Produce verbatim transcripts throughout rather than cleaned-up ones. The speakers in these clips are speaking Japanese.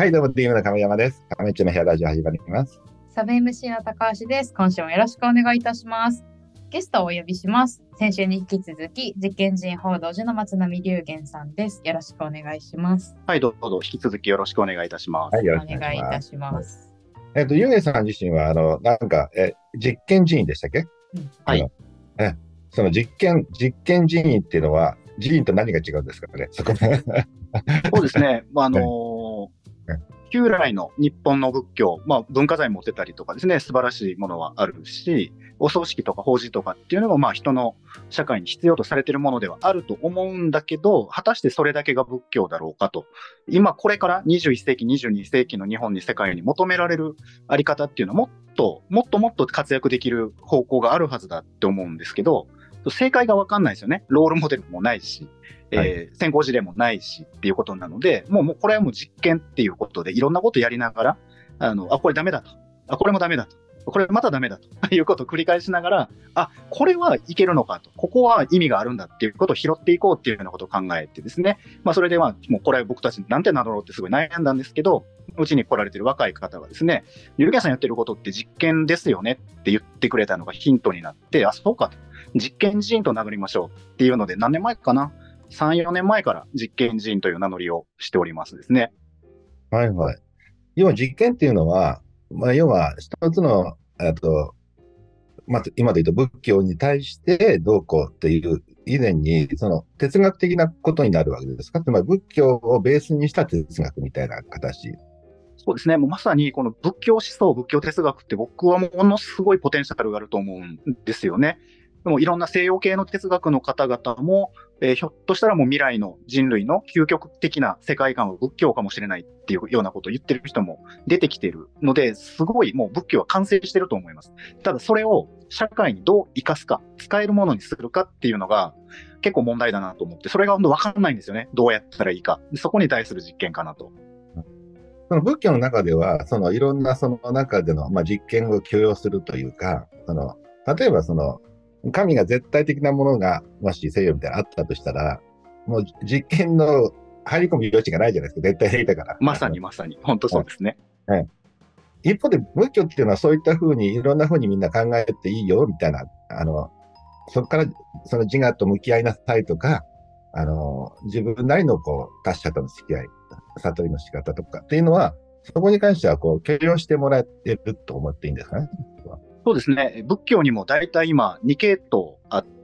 はい、どうも、ディームの亀山です。亀っちの部屋ラジオ始まります。 サブ エムシー の高橋です。今週もよろしくお願いいたします。ゲストをお呼びします。先週に引き続き、実験人報道時の松並龍玄さんです。よろしくお願いします。 はい、どうぞ、引き続きよろしくお願いいたします。 はい、よろおしくお願いいた願いしまします。 す。えっと、龍玄さん自身は、あの、なんか、え、実験人員でしたっけ？ うんはいあのえ、その実験、実験人員っていうのは、人員と何が違うんですかね、そこで。 そうですね、まああのーえ旧来の日本の仏教、まあ、文化財持ってたりとかですね、素晴らしいものはあるし、お葬式とか法事とかっていうのも、まあ、人の社会に必要とされているものではあると思うんだけど、果たしてそれだけが仏教だろうかと。今、これからにじゅういっ世紀、にじゅうに世紀の日本に世界に求められるあり方っていうのは、もっと、もっともっと活躍できる方向があるはずだって思うんですけど、正解がわかんないですよね。ロールモデルもないし。 はいえー、先行事例もないしっていうことなので、もう、もうこれはもう実験っていうことでいろんなことやりながら、あの、あ、これダメだと。あ、これもダメだと。これまたダメだということを繰り返しながら、あ、これはいけるのかと。ここは意味があるんだっていうことを拾っていこうっていうようなことを考えてですね。まあそれでは、もうこれ僕たちなんて名乗ろうってすごい悩んだんですけど、うちに来られてる若い方がですね、ゆるキャさんやってることって実験ですよねって言ってくれたのがヒントになって、あ、そうかと。実験人と名乗りましょうっていうので、何年前かなさん、よねんまえから実験人という名乗りをしておりますですね。 はいはい。要は実験っていうのは、まあ、要は一つの、えっと、まあ、今で言うと仏教に対してどうこうっていう以前に、その哲学的なことになるわけですか？つまり仏教をベースにした哲学みたいな形。 そうですね。もうまさにこの仏教思想、仏教哲学って僕はものすごいポテンシャルがあると思うんですよね。でもいろんな西洋系の哲学の方々も、えー、ひょっとしたらもう未来の人類の究極的な世界観は仏教かもしれないっていうようなことを言ってる人も出てきているので、すごいもう仏教は完成してると思います。ただそれを社会にどう生かすか、使えるものにするかっていうのが結構問題だなと思って、それが本当わかんないんですよね。どうやったらいいか。そこに対する実験かなと。 その仏教の中では、そのいろんなその中での、まあ、実験を許容するというか、その例えばその神が絶対的なものがもし西洋みたいなのあったとしたら、もう実験の入り込む余地がないじゃないですか、絶対的だから。 まさにまさに、本当そうですね。 はいはい、一方で仏教っていうのはそういったふうにいろんなふうにみんな考えていいよみたいな、あのそこからその自我と向き合いなさいとか、あの自分なりのこう達者との付き合い、悟りの仕方とかっていうのは、そこに関してはこう許容してもらえると思っていいんですかね。 そうですね。仏教にも大体今に系統あって、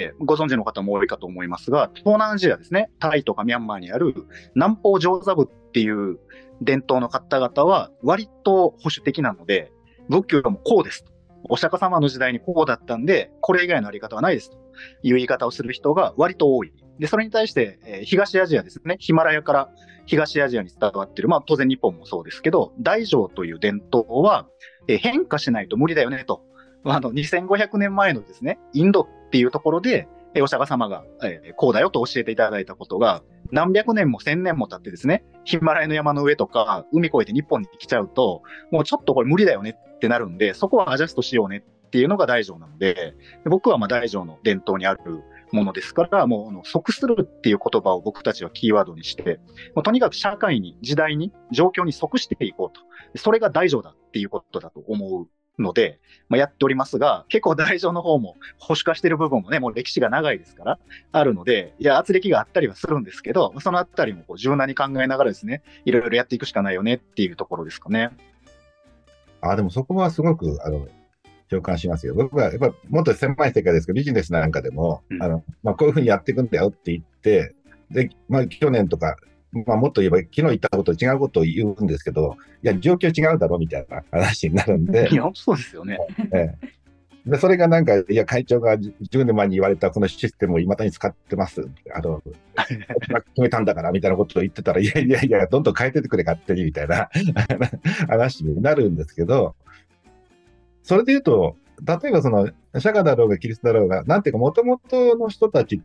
ご存知の方も多いかと思いますが、東南アジアですね、タイとかミャンマーにある南方上座部っていう伝統の方々は割と保守的なので、仏教もこうですと。お釈迦様の時代にこうだったんで、これ以外のあり方はないですという言い方をする人が割と多い。で、それに対して、えー、東アジアですね、ヒマラヤから東アジアに伝わっている、まあ当然日本もそうですけど、大乗という伝統は、えー、変化しないと無理だよねと。あの、にせんごひゃくねんまえのですね、インドっていうところで、えー、お釈迦様が、えー、こうだよと教えていただいたことが、何百年も千年も経ってですね、ヒマラヤの山の上とか、海越えて日本に来ちゃうと、もうちょっとこれ無理だよねってなるんで、そこはアジャストしようねっていうのが大乗なので、僕はまあ大乗の伝統にあるものですから、もうあの即するっていう言葉を僕たちはキーワードにして、もうとにかく社会に、時代に、状況に即していこうと。それが大乗だっていうことだと思うので、まあ、やっておりますが、結構大乗の方も保守化している部分もね、もう歴史が長いですから、あるので、いや、圧力があったりはするんですけど、そのあたりもこう柔軟に考えながらですね、いろいろやっていくしかないよねっていうところですかね。 あ、でもそこはすごく、あの、共感しますよ。僕はやっぱもっと狭い世界ですけど、ビジネスなんかでも、うん、あの、まあ、こういうふうにやっていくんだよって言って、で、まあ、去年とか、まあ、もっと言えば、昨日言ったこと違うことを言うんですけど、いや、状況違うだろみたいな話になるんで。 いや、そうですよね。 ええ、で、それがなんか、いや、会長がじゅうねんまえに言われたこのシステムを未だに使ってます。あの、決めたんだからみたいなことを言ってたら、いやいやいや、どんどん変えててくれ、勝手にみたいな話になるんですけど、それで言うと、例えばその釈迦だろうがキリストだろうが、なんていうか、もともとの人たちって、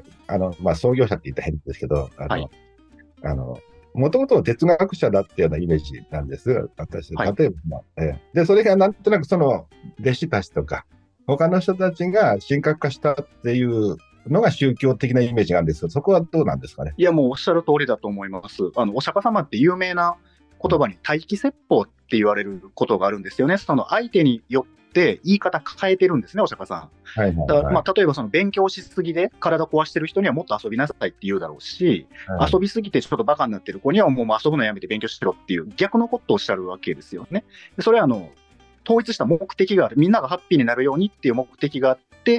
あの、まあ、創業者って言ったら変ですけど、あの、はい、あの、もともと哲学者だっていうようなイメージなんです、私。 はい、 例えば、えー、で、それがなんとなくその弟子たちとか、他の人たちが神格化したっていうのが宗教的なイメージがあるんですけど、そこはどうなんですかね。 いや、もうおっしゃる通りだと思います。あの、お釈迦様って有名な言葉に待機説法って言われることがあるんですよね。その相手によって言い方変えてるんですね、お釈迦さん。 はいはいはい、 だからまあ例えばその勉強しすぎで体壊してる人にはもっと遊びなさいって言うだろうし、はい、遊びすぎてちょっとバカになってる子にはもう遊ぶのやめて勉強しろっていう逆のことをおっしゃるわけですよね。でそれはあの統一した目的がある。みんながハッピーになるようにっていう目的があって、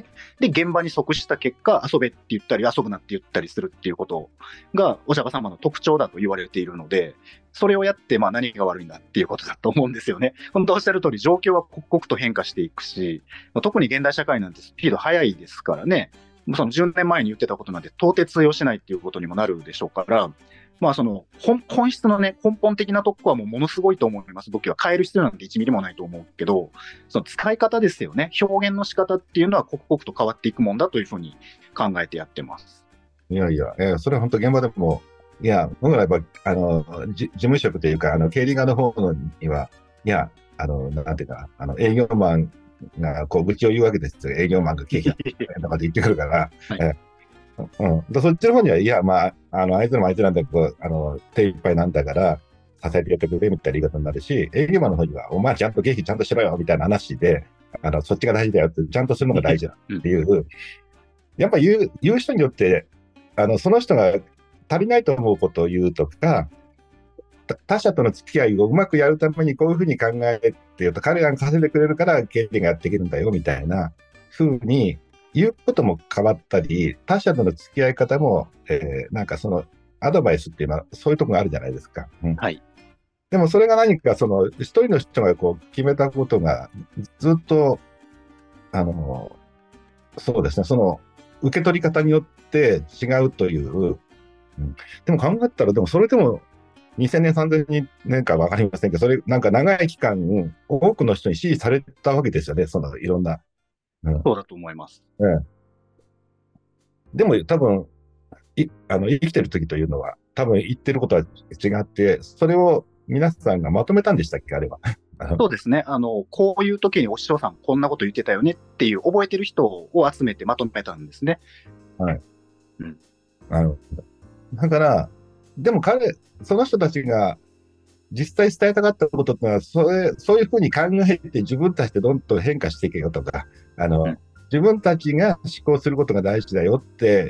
で、現場に即した結果、遊べって言ったり、遊ぶなって言ったりするっていうことが、お釈迦様の特徴だと言われているので、それをやって、まあ何が悪いんだっていうことだと思うんですよね。本当おっしゃる通り、状況は刻々と変化していくし、特に現代社会なんてスピード速いですからね、そのじゅうねんまえに言ってたことなんて到底通用しないっていうことにもなるでしょうから、まあその 本, 本質のね、根本的なとこはもうものすごいと思います。僕は変える必要なんていちミリもないと思うけど、その使い方ですよね。表現の仕方っていうのは刻々と変わっていくもんだというふうに考えてやってます。 いやいや、えー、それは本当現場でも、いや、僕らやっぱ、あの、事務職というか、あの、経理側の方には、いや、あの、なんていうか、あの、営業マンが、こう、愚痴を言うわけですよ。営業マンが経費とかで言ってくるから、はい、えーうん、そっちの方には、いや、まあ、あの、あいつらもあいつらなんだけど、あの、手いっぱいなんだから、支えてやってくれみたいな言い方になるし、営業マンの方には、お前ちゃんと経費ちゃんとしろよみたいな話で、あの、そっちが大事だよって、ちゃんとするのが大事だっていう、うん、やっぱ言う、言う人によって、あの、その人が足りないと思うことを言うとか、他者との付き合いをうまくやるためにこういうふうに考えて言うと、彼らが稼いでくれるから経理がやっていけるんだよみたいなふうに、言うことも変わったり、他者との付き合い方も、えー、なんかそのアドバイスっていうのはそういうところがあるじゃないですか。うん、はい。でもそれが何かその一人の人がこう決めたことがずっと、あの、そうですね、その受け取り方によって違うという。うん、でも考えたら、でもそれでもにせんねん、さんぜんねんかわかりませんけど、それなんか長い期間多くの人に支持されたわけですよね、そのいろんな。 うん、そうだと思います。 ええ、でも多分いあの生きてる時というのは多分言ってることは違って、それを皆さんがまとめたんでしたっけ、あれは。 そうですね。あの、こういう時にお師匠さんこんなこと言ってたよねっていう覚えてる人を集めてまとめたんですね。 はい。うん。あの、だから、でも彼、その人たちが実際伝えたかったことってのは、それ、そういうふうに考えて自分たちでどんどん変化していけよとか、あの、うん、自分たちが思考することが大事だよって、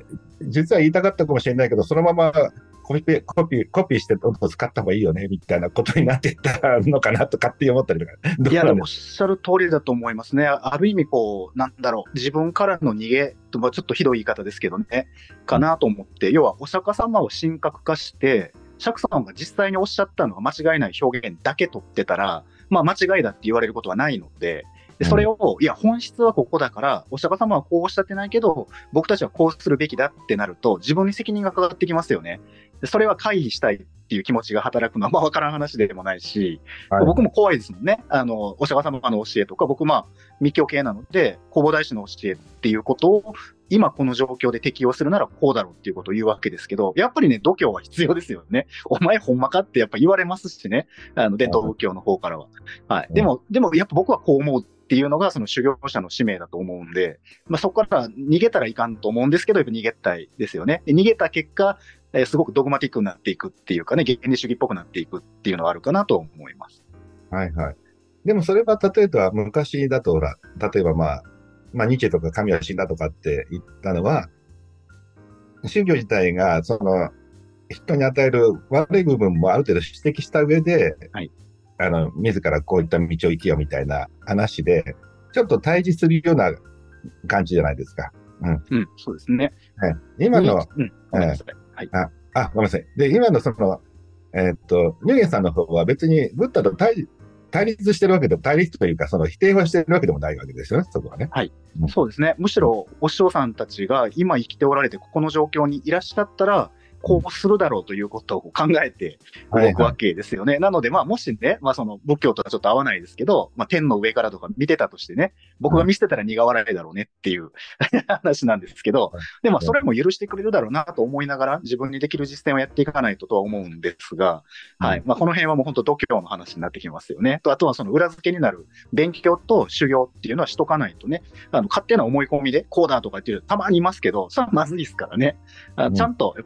実は言いたかったかもしれないけど、そのままコピペ、コピー、コピーしてどんどん使った方がいいよね、みたいなことになっていったのかなと勝手に思ったりとか。 いや、でもおっしゃる通りだと思いますね。ある意味こう、なんだろう、自分からの逃げとはちょっとひどい言い方ですけどね、かなと思って、うん、要はお釈迦様を神格化して、釈さんが実際におっしゃったのが間違いない表現だけ取ってたら、まあ間違いだって言われることはないので、でそれを、うん、いや、本質はここだから、お釈迦様はこうおっしゃってないけど、僕たちはこうするべきだってなると、自分に責任がかかってきますよね。でそれは回避したいっていう気持ちが働くのは、まあ分からん話でもないし、はい、僕も怖いですもんね。あの、お釈迦様の教えとか、僕まあ密教系なので、弘法大師の教えっていうことを、今この状況で適用するならこうだろうっていうことを言うわけですけど、やっぱりね、度胸は必要ですよね。お前ほんまかってやっぱ言われますしね。あの、伝統仏教の方からは。はい。でも、でもやっぱ僕はこう思うっていうのがその修行者の使命だと思うんで、まあそこから逃げたらいかんと思うんですけど、やっぱ逃げたいですよね。で逃げた結果、えー、すごくドグマティックになっていくっていうかね、原理主義っぽくなっていくっていうのはあるかなと思います。 はいはい。でもそれは例えば昔だとほら、例えばまあ、まあニチェとか神は死んだとかって言ったのは、宗教自体がその人に与える悪い部分もある程度指摘した上で、はい、あの自らこういった道を行きよみたいな話で、ちょっと対峙するような感じじゃないですか。 うん、うん、そうですね。 はい、今の、うん、ごめんなさい。はい、あ、あ、ごめんなさい。で、今のその、えー、っと、ニューゲンさんの方は別にブッダと対対立してるわけでも、対立というか、その否定はしてるわけでもないわけですよね、そこはね。 はい。うん、そうですね。むしろ、お師匠さんたちが今生きておられて、ここの状況にいらっしゃったら、こうするだろうということを考えて動くわけですよね。はいはい、なので、まあ、もしね、まあ、その仏教とはちょっと合わないですけど、まあ、天の上からとか見てたとしてね、僕が見捨てたら苦笑いだろうねっていう話なんですけど、でも、それも許してくれるだろうなと思いながら、自分にできる実践をやっていかないととは思うんですが、はい。まあ、この辺はもう本当度胸の話になってきますよね。と、あとはその裏付けになる勉強と修行っていうのはしとかないとね、あの、勝手な思い込みで、こうだとかっていうたまにいますけど、それはまずいですからね。あちゃんと、やっぱ説得力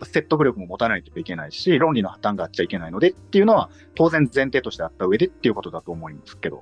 力も持たないといけないし、論理の破綻があっちゃいけないのでっていうのは、当然前提としてあった上でっていうことだと思いますけど。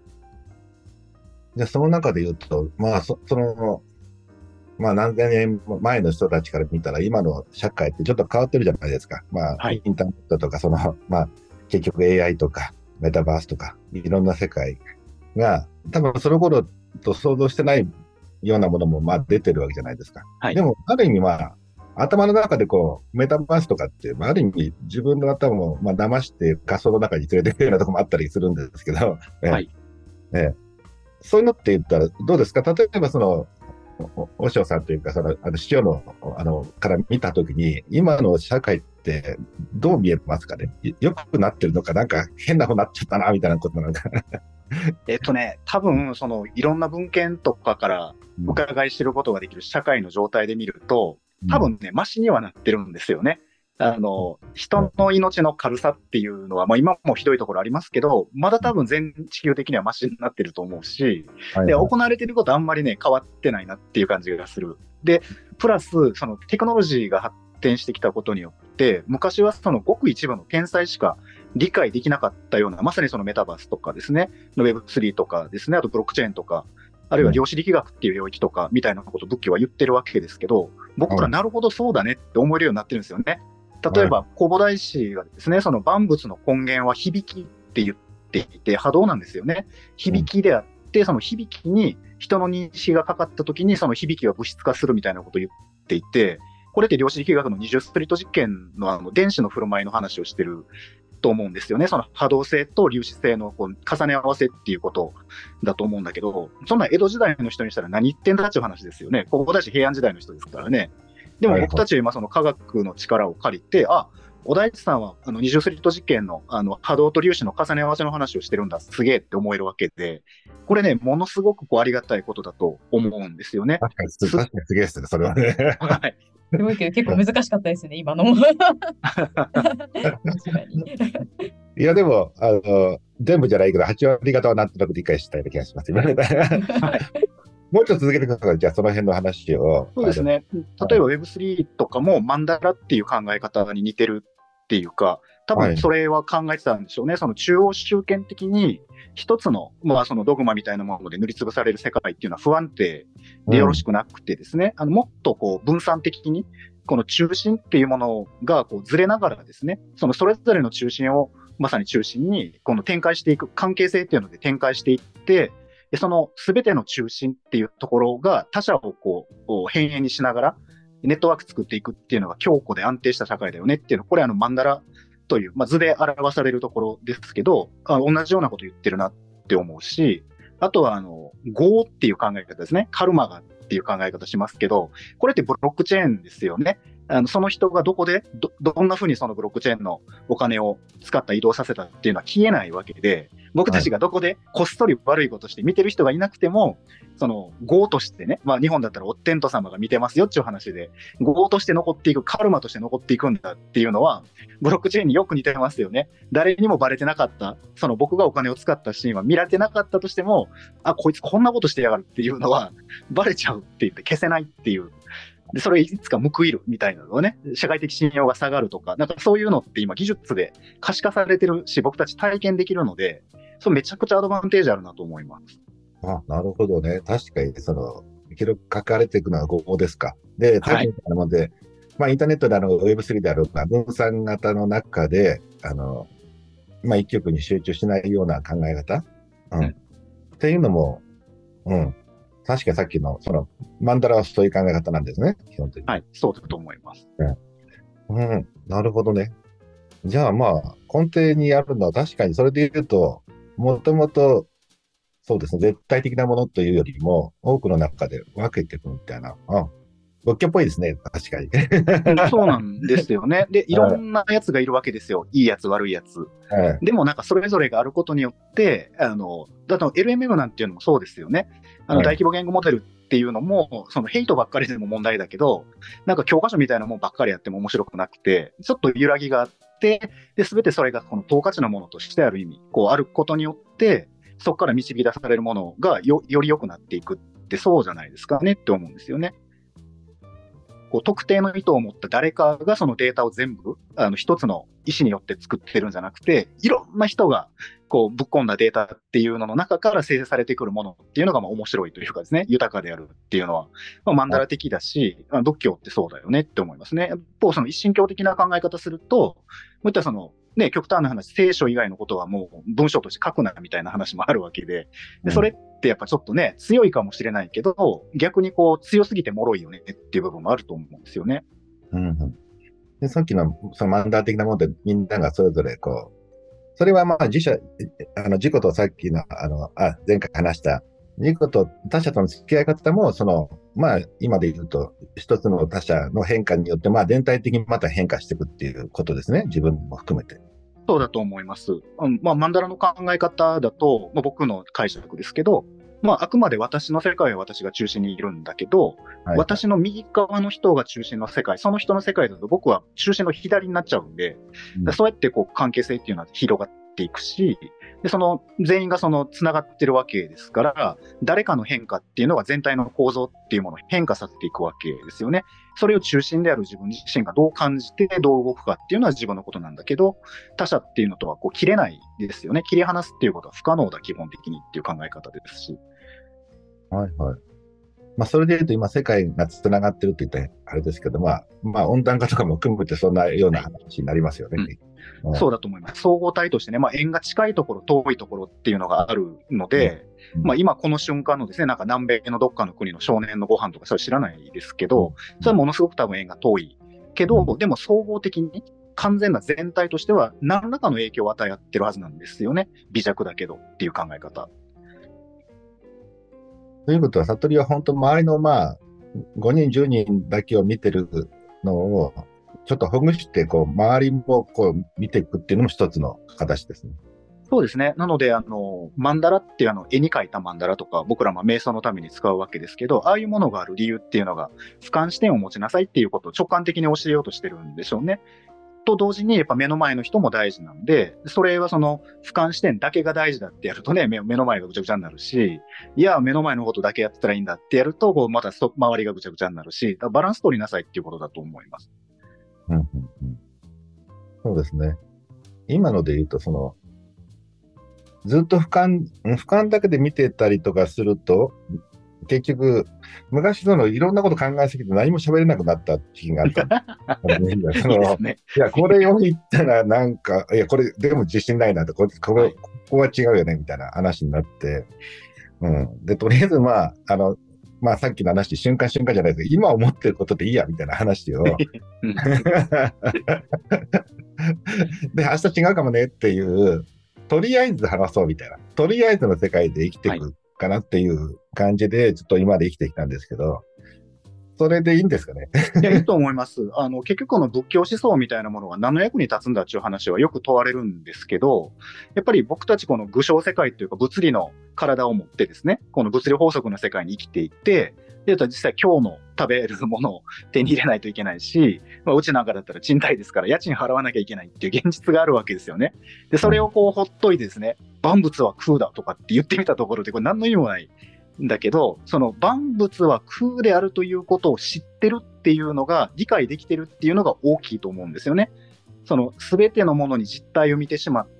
で、その中で言うと、まあ、そその、まあ、何千年前の人たちから見たら、今の社会ってちょっと変わってるじゃないですか。まあ、 はい、 インターネットとか、その、まあ、結局 エーアイ とか、メタバースとか、いろんな世界が、多分その頃と想像してないようなものも、まあ、出てるわけじゃないですか。 はい、 でも、ある意味、まあ、頭の中でこう、メタバースとかって、まあ、ある意味、自分の頭を、まあ、騙して仮想の中に連れてくるようなところもあったりするんですけど、 はい、 ええ、そういうのって言ったらどうですか？例えばその、おしょうさんというか、その、あの、師匠の、あの、から見たときに、今の社会ってどう見えますかね？よくなってるのか、なんか変な方になっちゃったな、みたいなことなのか。 えっとね、多分、その、いろんな文献とかから伺い知ることができる社会の状態で見ると、多分ね、マシにはなってるんですよね。あの、人の命の軽さっていうのは、まあ今もひどいところありますけど、まだ多分全地球的にはマシになってると思うし、で、行われていることあんまりね、変わってないなっていう感じがする。で、プラス、そのテクノロジーが発展してきたことによって、昔はそのごく一部の天才しか理解できなかったような、まさにそのメタバースとかですね、ウェブスリー とかですね、あとブロックチェーンとか、あるいは量子力学っていう領域とかみたいなことを仏教は言ってるわけですけど、僕らなるほどそうだねって思えるようになってるんですよね。例えば、弘法大師がですね、その万物の根源は響きって言っていて、波動なんですよね。響きであって、その響きに人の認識がかかった時に、その響きが物質化するみたいなことを言っていて、これって量子力学の二重スプリット実験のあの電子の振る舞いの話をしてると思うんですよね。その波動性と粒子性のこう重ね合わせっていうことだと思うんだけど、そんな江戸時代の人にしたら何言ってんだっていう話ですよね。弘法大師平安時代の人ですからね。でも僕たちは今その科学の力を借りて、あ、お大地さんはあの二重スリット実験のあの波動と粒子の重ね合わせの話をしてるんだ、すげえって思えるわけで、これね、ものすごくこうありがたいことだと思うんですよね。 確かに、確かにすげえですね、それはね。 はい。 すごいけど結構難しかったですね、今のも。確かに。 いや、でも、あの、全部じゃないけど、はち割方はなんとなく理解したような気がします。はいもうちょっと続けてください。じゃあ、その辺の話を。 そうですね。例えば ウェブスリー とかもマンダラっていう考え方に似てるっていうか、多分それは考えてたんでしょうね。はい、その中央集権的に一つの、まあそのドグマみたいなもので塗りつぶされる世界っていうのは不安定でよろしくなくてですね、うん、あのもっとこう分散的に、この中心っていうものがこうずれながらですね、そのそれぞれの中心をまさに中心にこの展開していく関係性っていうので展開していって、でその全ての中心っていうところが他者をこう変幻にしながらネットワーク作っていくっていうのが強固で安定した社会だよねっていうの、これあのマンダラという、まあ、図で表されるところですけど、あ同じようなこと言ってるなって思うし、あとはあの業っていう考え方ですね。カルマがっていう考え方しますけど、これってブロックチェーンですよね。あのその人がどこで ど, どんなふうにそのブロックチェーンのお金を使った移動させたっていうのは消えないわけで、僕たちがどこでこっそり悪いことして見てる人がいなくても、その業としてね、まあ日本だったらお天道様が見てますよっていう話で、業として残っていく、カルマとして残っていくんだっていうのは、ブロックチェーンによく似てますよね。誰にもバレてなかった、その僕がお金を使ったシーンは見られてなかったとしても、あ、こいつこんなことしてやがるっていうのはバレちゃうって言って消せないっていう。で、それいつか報いるみたいなのをね、社会的信用が下がるとか、なんかそういうのって今技術で可視化されてるし、僕たち体験できるので、それめちゃくちゃアドバンテージあるなと思います。 あ、なるほどね。確かに、その、広く書かれていくのは合法ですか。で、さっきみたいなもんで、はい、まあ、インターネットであの、ウェブスリー である、まあ、分散型の中で、あの、まあ、一極に集中しないような考え方、うん、うん、っていうのも、うん。確かにさっきの、その、マンダラはそういう考え方なんですね、基本的に。 はい、そうだと思います。 うん、うん、なるほどね。じゃあまあ、根底にあるのは確かにそれで言うと、もともと、そうですね、絶対的なものというよりも、多くの中で分けていくみたいな。うん。仏教っぽいですね、確かに。 そうなんですよね。で、いろんなやつがいるわけですよ。いいやつ、悪いやつ。はい、でもなんかそれぞれがあることによって、あの、だと エルエムエム なんていうのもそうですよね。あの、はい、大規模言語モデルっていうのも、そのヘイトばっかりでも問題だけど、なんか教科書みたいなもんばっかりやっても面白くなくて、ちょっと揺らぎがあって、で、すべてそれがこの等価値のものとしてある意味、こうあることによって、そこから導き出されるものがよ、より良くなっていくってそうじゃないですかねって思うんですよね。 こう特定の意図を持った誰かがそのデータを全部あの一つの意思によって作ってるんじゃなくて、いろんな人がこうぶっ込んだデータっていうのの中から生成されてくるものっていうのがまあ面白いというかですね、豊かであるっていうのは、まあ、マンダラ的だし、まあ、仏教ってそうだよねって思いますね。一方その一神教的な考え方すると、こういったそのね、極端な話、聖書以外のことはもう文章として書くなみたいな話もあるわけで、でそれってやっぱちょっとね、強いかもしれないけど、逆にこう強すぎて脆いよねっていう部分もあると思うんですよね。 うんうん、でさっきのそのマンダラ的なものでみんながそれぞれこう、それはまあ自社、あの自己とさっきのあのあ前回話した自己と他者との付き合い方も、そのまあ今で言うと一つの他者の変化によってまあ全体的にまた変化していくっていうことですね、自分も含めて。 そうだと思います。うん、まあマンダラの考え方だと、まあ、僕の解釈ですけど、まああくまで私の世界は私が中心にいるんだけど、はい、私の右側の人が中心の世界、その人の世界だと僕は中心の左になっちゃうんで、うん、そうやってこう関係性っていうのは広がっていくし、でその全員がその繋がってるわけですから、誰かの変化っていうのが全体の構造っていうものを変化させていくわけですよね。それを中心である自分自身がどう感じてどう動くかっていうのは自分のことなんだけど、他者っていうのとはこう切れないですよね。切り離すっていうことは不可能だ、基本的にっていう考え方ですし。 はいはい。まあそれで言うと今世界が繋がってるって言ってあれですけど、まあまあ温暖化とかも含めてそんなような話になりますよね。 はいうん、そうだと思います。総合体としてね、まあ円が近いところ、遠いところっていうのがあるので、うん、まあ今この瞬間のですね、なんか南米のどっかの国の少年のご飯とかそれ知らないですけど、それはものすごく多分円が遠いけど、うん、でも総合的に完全な全体としては何らかの影響を与え合ってるはずなんですよね。微弱だけどっていう考え方。 ということは、悟りは本当周りのまあ、ごにん、じゅうにんだけを見てるのを、ちょっとほぐして、こう、周りもこう見ていくっていうのも一つの形ですね。 そうですね。なので、あの、マンダラっていうあの、絵に描いたマンダラとか、僕らも瞑想のために使うわけですけど、ああいうものがある理由っていうのが、俯瞰視点を持ちなさいっていうことを直感的に教えようとしてるんでしょうね。と同時に、やっぱ目の前の人も大事なんで、それはその俯瞰視点だけが大事だってやるとね、目の前がぐちゃぐちゃになるし、いや、目の前のことだけやってたらいいんだってやると、こうまた周りがぐちゃぐちゃになるし、バランス取りなさいっていうことだと思います。 うんうんうん、そうですね。今ので言うと、その、ずっと俯瞰、俯瞰だけで見てたりとかすると、結局、昔そのいろんなこと考えすぎて何も喋れなくなった時期があった。そのいいですね、いや、これを言ったらなんか、いや、これでも自信ないなと、ここここは違うよね、みたいな話になって、うん。で、とりあえずまあ、あの、まあさっきの話、瞬間瞬間じゃないですけど、今思ってることでいいや、みたいな話を。で、明日違うかもねっていう、とりあえず話そうみたいな。とりあえずの世界で生きていくかなっていう感じで、ちょっと今まで生きてきたんですけど、それでいいんですかね。 いや、いいと思います。あの、結局この仏教思想みたいなものが何の役に立つんだっていう話はよく問われるんですけど、やっぱり僕たちこの具象世界というか物理の体を持ってですね、この物理法則の世界に生きていて、で、実際今日の食べるものを手に入れないといけないし、まあ、うちなんかだったら賃貸ですから家賃払わなきゃいけないっていう現実があるわけですよね。で、それをこうほっといてですね、万物は空だとかって言ってみたところでこれ何の意味もないんだけど、その万物は空であるということを知ってるっていうのが理解できてるっていうのが大きいと思うんですよね。その全てのものに実態を見てしまって、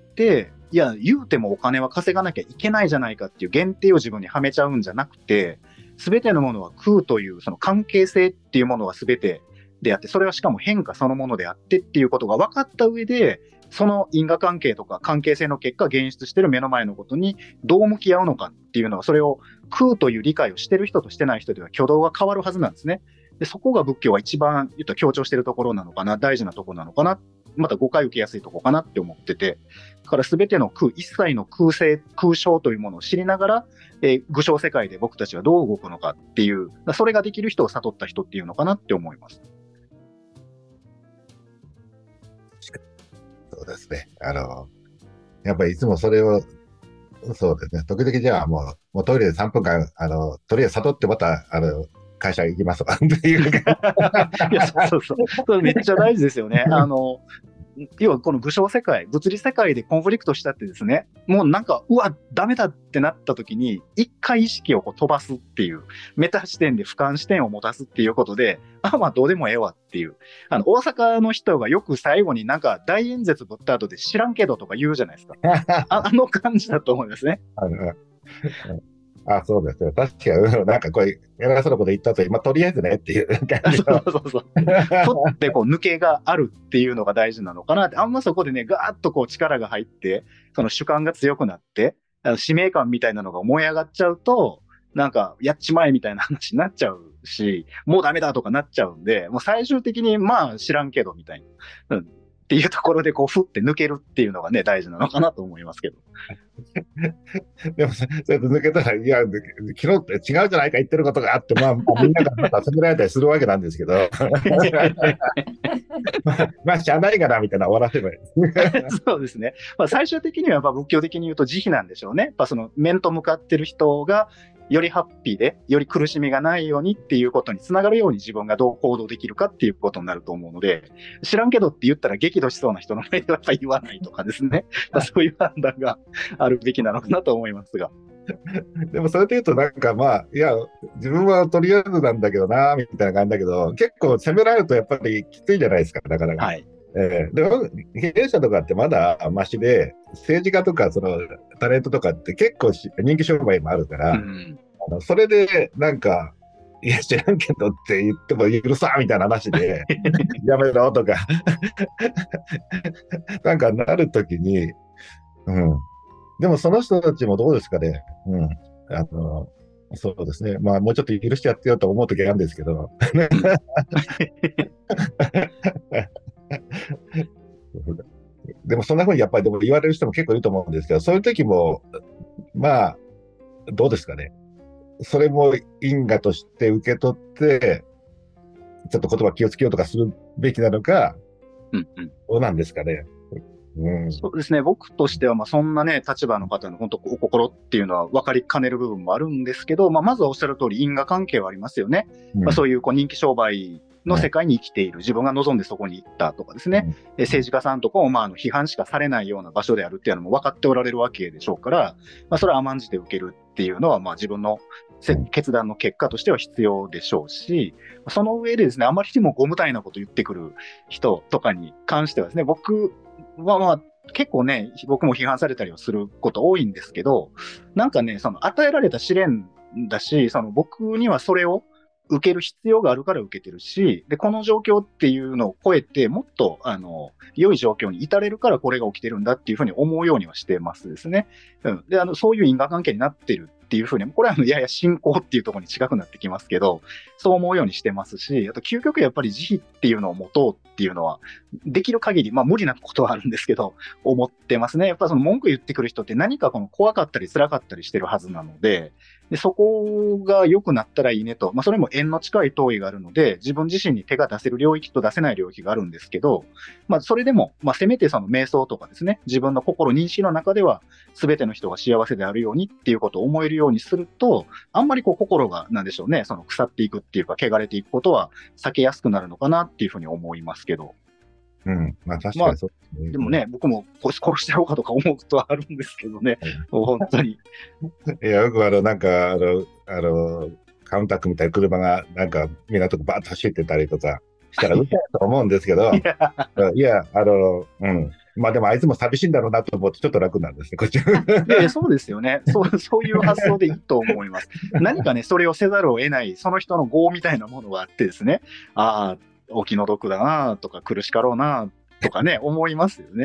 いや、言うてもお金は稼がなきゃいけないじゃないかっていう限定を自分にはめちゃうんじゃなくて、全てのものは空というその関係性っていうものが全てであって、それはしかも変化そのものであってっていうことが分かった上で、その因果関係とか関係性の結果現出している目の前のことにどう向き合うのかっていうのは、それを空という理解をしている人としてない人では挙動が変わるはずなんですね。で、そこが仏教は一番言ったら強調しているところなのかな、大事なところなのかな、また誤解受けやすいところかなって思ってて、だから全ての空、一切の空性、空性というものを知りながら、えー、具象世界で僕たちはどう動くのかっていう、それができる人を悟った人っていうのかなって思います。 そうですね。あの、やっぱりいつもそれを、そうですね。時々じゃあもう、もうトイレでさんぷんかん、あの、とりあえず悟ってまた、あの、会社行きますわっていう。 いや、そうそうそう。それめっちゃ大事ですよね。あの、 要はこの具象世界、物理世界でコンフリクトしたってですね、もうなんか、うわ、ダメだってなった時に、一回意識をこう飛ばすっていう、メタ視点で俯瞰視点を持たすっていうことで、あ、まあどうでもええわっていう。あの、大阪の人がよく最後になんか大演説ぶった後で知らんけどとか言うじゃないですか。あ, あの感じだと思いますね。 あ、そうですよ。確かに、なんかこれ、偉そうなこと言ったと、今、とりあえずねっていう感じの。 そうそうそう。取ってこう抜けがあるっていうのが大事なのかなって、あんまそこでね、ガーッとこう力が入って、その主観が強くなって、あの使命感みたいなのが燃え上がっちゃうと、なんか、やっちまえみたいな話になっちゃうし、もうダメだとかなっちゃうんで、もう最終的に、まあ知らんけどみたいな。うんっていうところでこう、ふって抜けるっていうのがね、大事なのかなと思いますけど。 でも、それと抜けたら、いや、昨日って違うじゃないか言ってることがあって、まあ、みんながまた責められたりするわけなんですけど、まあ、まあ、しゃあないかな、みたいな終わらせばいい。 そうですね。まあ、最終的にはやっぱ仏教的に言うと慈悲なんでしょうね。やっぱその面と向かってる人が、よりハッピーで、より苦しみがないようにっていうことにつながるように自分がどう行動できるかっていうことになると思うので、知らんけどって言ったら激怒しそうな人の前ではやっぱり言わないとかですね。まあ、そういう判断があるべきなのかなと思いますが。 でもそれで言うとなんかまあ、いや、自分はとりあえずなんだけどな、みたいな感じだけど、結構責められるとやっぱりきついじゃないですか、なかなか。はい。えー、でも経営者とかってまだマシで、政治家とかそのタレントとかって結構人気商売もあるから、うん、あのそれでなんか、いや知らんけどって言っても許さんみたいな話で、やめろとか、なんかなるときに、うん。でもその人たちもどうですかね。うん。あの、そうですね。まあもうちょっと許してやってよと思うときあるんですけど。でもそんな風にやっぱりでも言われる人も結構いると思うんですけど、そういう時も、まあ、どうですかね。それも因果として受け取って、ちょっと言葉気をつけようとかするべきなのか、うんうん、どうなんですかね。 うん、そうですね。僕としては、まあ、そんなね、立場の方の本当お心っていうのは分かりかねる部分もあるんですけど、まあ、まずはおっしゃる通り因果関係はありますよね。うん、まあ、そういうこう人気商売の世界に生きている、自分が望んでそこに行ったとかですね、うん、政治家さんとかも、まあ、あの批判しかされないような場所であるっていうのも分かっておられるわけでしょうから、まあ、それは甘んじて受けるっていうのは、まあ、自分の決断の結果としては必要でしょうし、その上でですね、あまりにもご無体なこと言ってくる人とかに関してはですね、僕はまあ、結構ね、僕も批判されたりはすること多いんですけど、なんかね、その与えられた試練だし、その僕にはそれを受ける必要があるから受けてるし、で、この状況っていうのを超えて、もっと、あの、良い状況に至れるからこれが起きてるんだっていうふうに思うようにはしてますですね。うん。で、あの、そういう因果関係になってるっていうふうに、これはあのやや信仰っていうところに近くなってきますけど、そう思うようにしてますし、あと究極やっぱり慈悲っていうのを持とうっていうのは、できる限り、まあ無理なことはあるんですけど、思ってますね。やっぱその文句言ってくる人って何かこの怖かったり辛かったりしてるはずなので、でそこが良くなったらいいねと、まあそれも縁の近い遠いがあるので、自分自身に手が出せる領域と出せない領域があるんですけど、まあそれでも、まあせめてその瞑想とかですね、自分の心認識の中では全ての人が幸せであるようにっていうことを思えるようにすると、あんまりこう心がなんでしょうね、その腐っていくっていうか、汚れていくことは避けやすくなるのかなっていうふうに思いますけど。 うん、まあ確かにそうですね。 まあ、でもね、僕も殺してやろうかとか思うことはあるんですけどね、もう本当に。 いや、僕はあの、なんか、あの、あの、カウンタックみたいな車が、なんか、港区バーッと走ってたりとかしたら、うるさいと思うんですけど、いや、いやあの、うん。まあでもあいつも寂しいんだろうなと思ってちょっと楽なんですね、こっちは。そうですよね。そう、そういう発想でいいと思います。何かね、それをせざるを得ない、その人の業みたいなものがあってですね、ああ、お気の毒だなとか苦しかろうなとかね、思いますよね。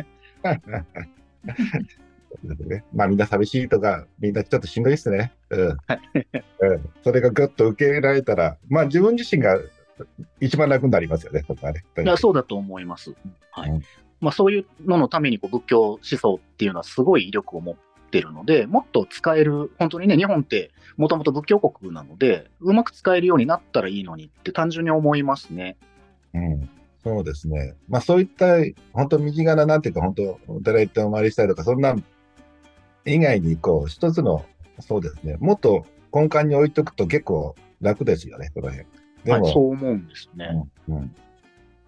まあみんな寂しいとか、みんなちょっとしんどいですね。うん。うん、それがぐっと受け入れられたら、まあ自分自身が一番楽になりますよね、そこはね。 いや、そうだと思います。はい。うん、まあそういうののためにこう仏教思想っていうのはすごい威力を持ってるので、もっと使える、本当にね、日本ってもともと仏教国なので、うまく使えるようになったらいいのにって単純に思いますね。 うん、そうですね。まあそういった本当身近ななんていうか本当お寺行ってお参りしたりとかそんな以外にこう一つのそうですね。もっと根幹に置いとくと結構楽ですよねこの辺。 でも、はい、そう思うんですね。 うんうん、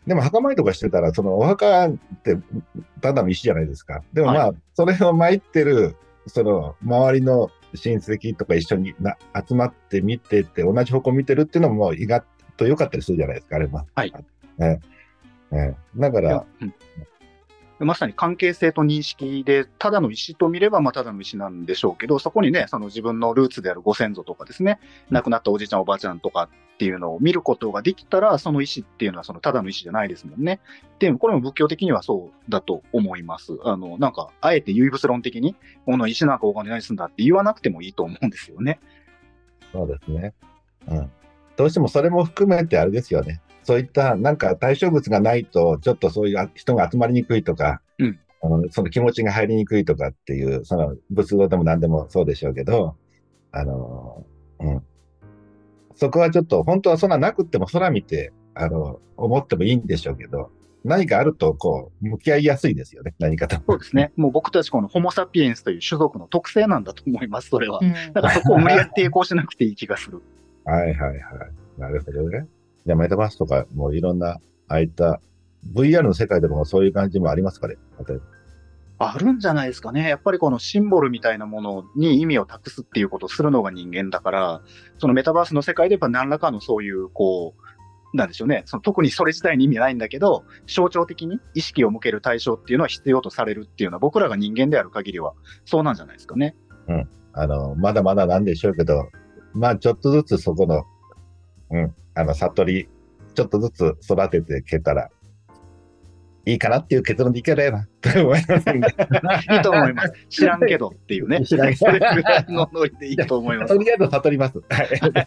でも墓参りとかしてたら、そのお墓ってただの石じゃないですか。でもまあ、 はそれを参ってる、その周りの親戚とか一緒にな集まって見てて、同じ方向見てるっていうのも意外と良かったりするじゃないですか、あれは。 はい。 ええええ、だから、 うんまさに関係性と認識で、ただの石と見れば、まあ、ただの石なんでしょうけど、そこにね、その自分のルーツであるご先祖とかですね、亡くなったおじいちゃん、おばあちゃんとかっていうのを見ることができたら、その石っていうのは、そのただの石じゃないですもんね。で、これも仏教的にはそうだと思います。あの、なんか、あえて唯物論的に、この石なんかお金何すんだって言わなくてもいいと思うんですよね。 そうですね。うん。どうしてもそれも含めてあれですよね。そういったなんか対象物がないと、ちょっとそういう人が集まりにくいとか、 うん。 あのその気持ちが入りにくいとかっていう、その仏像でも何でもそうでしょうけど、あの、うん。そこはちょっと、本当はそんななくっても空見て、あの、思ってもいいんでしょうけど、何かあると、こう、向き合いやすいですよね、何かと。 そうですね。もう僕たちこのホモ・サピエンスという種族の特性なんだと思います、それは。 うんだからそこを無理やり抵抗しなくていい気がする。 はいはいはい。なるほどね。じゃあ、メタバースとか、もういろんな、ああいった ブイアール の世界でもそういう感じもありますかね、例えば。 あるんじゃないですかね。やっぱりこのシンボルみたいなものに意味を託すっていうことをするのが人間だから、そのメタバースの世界でやっぱ何らかのそういう、こう、なんでしょうね。その特にそれ自体に意味ないんだけど、象徴的に意識を向ける対象っていうのは必要とされるっていうのは、僕らが人間である限りは、そうなんじゃないですかね。 うん。あの、まだまだなんでしょうけど、まあ、ちょっとずつそこの、うん、あの、悟り、ちょっとずつ育てていけたら、いいかなっていう結論でいければと思いますんで。 いいと思います。知らんけどっていうね。 知らんけどそれぐらいのノリでいいと思います。 とりあえず悟ります。はい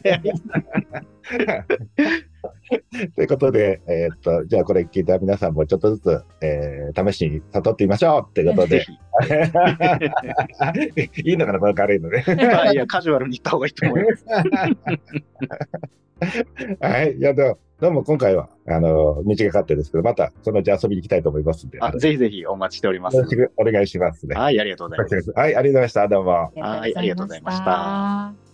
ということで、えーっと、じゃあこれ聞いた皆さんもちょっとずつ、えー試しに悟ってみましょうっていうことで。 ぜひ。 いいのかな、これ軽いのね。 まあいや、カジュアルに行った方がいいと思います。 はい。いや、どうどうも今回は、あの、短かったですけど、またそのうち遊びに行きたいと思いますんで。 あ、ぜひぜひお待ちしておりますよろ。しくお願いしますね。 はい、ありがとうございます。 はい、ありがとうございました。どうも。 はいありがとうございました。